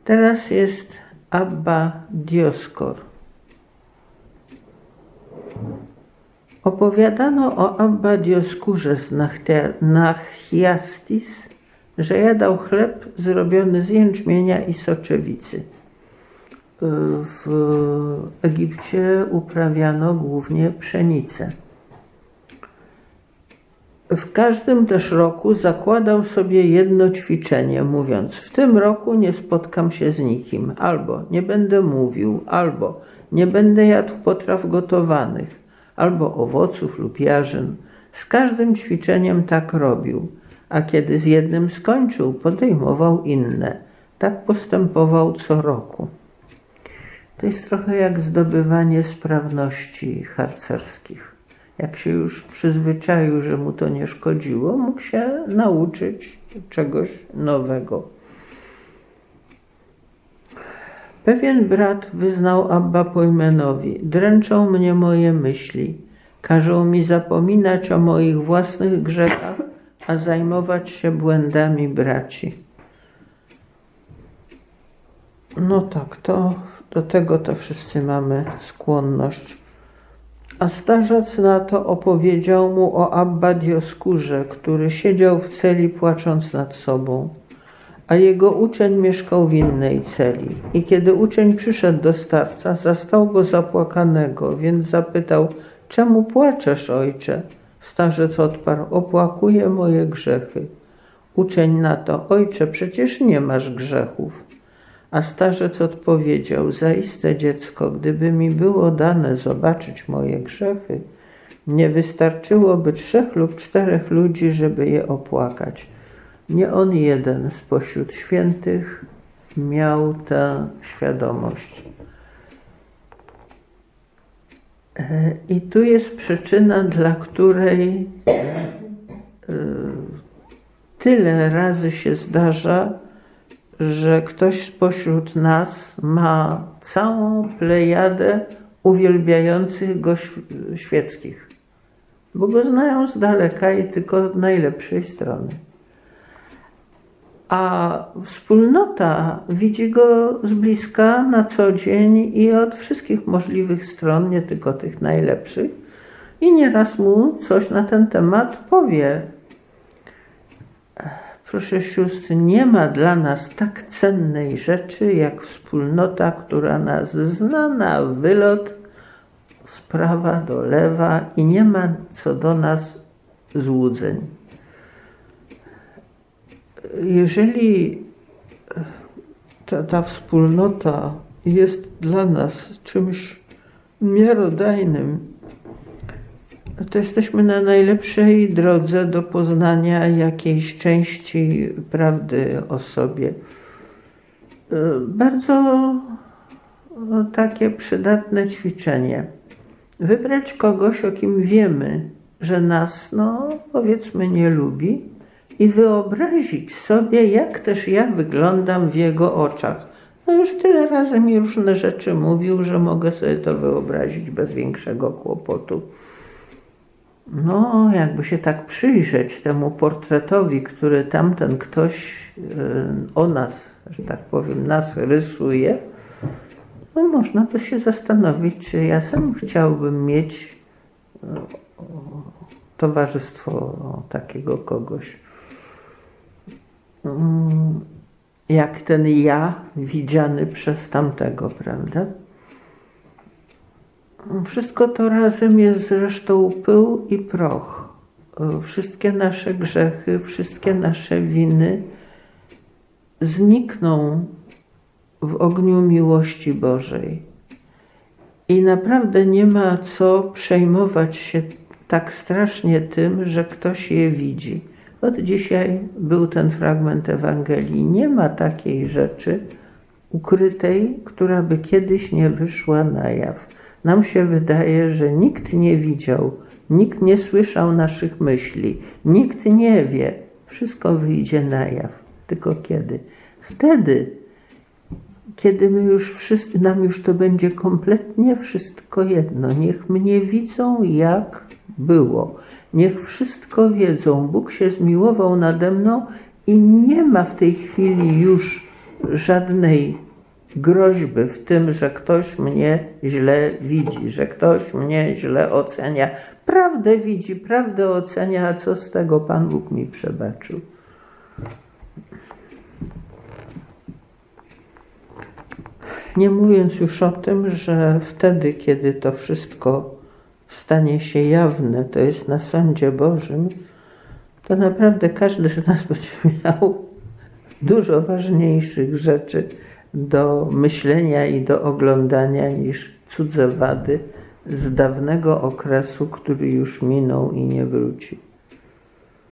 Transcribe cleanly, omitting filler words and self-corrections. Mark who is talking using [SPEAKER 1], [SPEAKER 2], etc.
[SPEAKER 1] Teraz jest Abba Dioscor. Opowiadano o Abba Dioskurze z Nachiastis, że jadał chleb zrobiony z jęczmienia i soczewicy. W Egipcie uprawiano głównie pszenicę. W każdym też roku zakładał sobie jedno ćwiczenie, mówiąc: w tym roku nie spotkam się z nikim, albo nie będę mówił, albo nie będę jadł potraw gotowanych, albo owoców lub jarzyn. Z każdym ćwiczeniem tak robił, a kiedy z jednym skończył, podejmował inne. Tak postępował co roku. To jest trochę jak zdobywanie sprawności harcerskich. Jak się już przyzwyczaił, że mu to nie szkodziło, mógł się nauczyć czegoś nowego. Pewien brat wyznał Abba Pojmenowi: dręczą mnie moje myśli, każą mi zapominać o moich własnych grzechach, a zajmować się błędami braci. No tak, do tego to wszyscy mamy skłonność. A starzec na to opowiedział mu o Abba Dioskurze, który siedział w celi płacząc nad sobą, a jego uczeń mieszkał w innej celi. I kiedy uczeń przyszedł do starca, zastał go zapłakanego, więc zapytał: czemu płaczesz, ojcze? Starzec odparł: opłakuję moje grzechy. Uczeń na to: ojcze, przecież nie masz grzechów. A starzec odpowiedział: zaiste, dziecko, gdyby mi było dane zobaczyć moje grzechy, nie wystarczyłoby 3 lub 4 ludzi, żeby je opłakać. Nie on jeden spośród świętych miał tę świadomość. I tu jest przyczyna, dla której tyle razy się zdarza, że ktoś spośród nas ma całą plejadę uwielbiających go świeckich, bo go znają z daleka i tylko od najlepszej strony. A wspólnota widzi go z bliska na co dzień i od wszystkich możliwych stron, nie tylko tych najlepszych, i nieraz mu coś na ten temat powie. Proszę sióstr, nie ma dla nas tak cennej rzeczy jak wspólnota, która nas zna na wylot, z prawa do lewa i nie ma co do nas złudzeń. Jeżeli ta wspólnota jest dla nas czymś miarodajnym, to jesteśmy na najlepszej drodze do poznania jakiejś części prawdy o sobie. Bardzo takie przydatne ćwiczenie. Wybrać kogoś, o kim wiemy, że nas, powiedzmy, nie lubi, i wyobrazić sobie, jak też ja wyglądam w jego oczach. Już tyle razy mi różne rzeczy mówił, że mogę sobie to wyobrazić bez większego kłopotu. Jakby się tak przyjrzeć temu portretowi, który tamten ktoś o nas, że tak powiem, nas rysuje, można by się zastanowić, czy ja sam chciałbym mieć towarzystwo takiego kogoś. Jak ten ja widziany przez tamtego, prawda? Wszystko to razem jest zresztą pył i proch. Wszystkie nasze grzechy, wszystkie nasze winy znikną w ogniu miłości Bożej. I naprawdę nie ma co przejmować się tak strasznie tym, że ktoś je widzi. Od dzisiaj był ten fragment Ewangelii. Nie ma takiej rzeczy ukrytej, która by kiedyś nie wyszła na jaw. Nam się wydaje, że nikt nie widział, nikt nie słyszał naszych myśli, nikt nie wie. Wszystko wyjdzie na jaw. Tylko kiedy? Wtedy, kiedy nam już to będzie kompletnie wszystko jedno. Niech mnie widzą, jak było. Niech wszystko wiedzą. Bóg się zmiłował nade mną i nie ma w tej chwili już żadnej groźby w tym, że ktoś mnie źle widzi, że ktoś mnie źle ocenia. Prawdę widzi, prawdę ocenia, a co z tego, Pan Bóg mi przebaczył. Nie mówiąc już o tym, że wtedy, kiedy to wszystko stanie się jawne, to jest na sądzie Bożym, to naprawdę każdy z nas będzie miał dużo ważniejszych rzeczy do myślenia i do oglądania niż cudze wady z dawnego okresu, który już minął i nie wróci.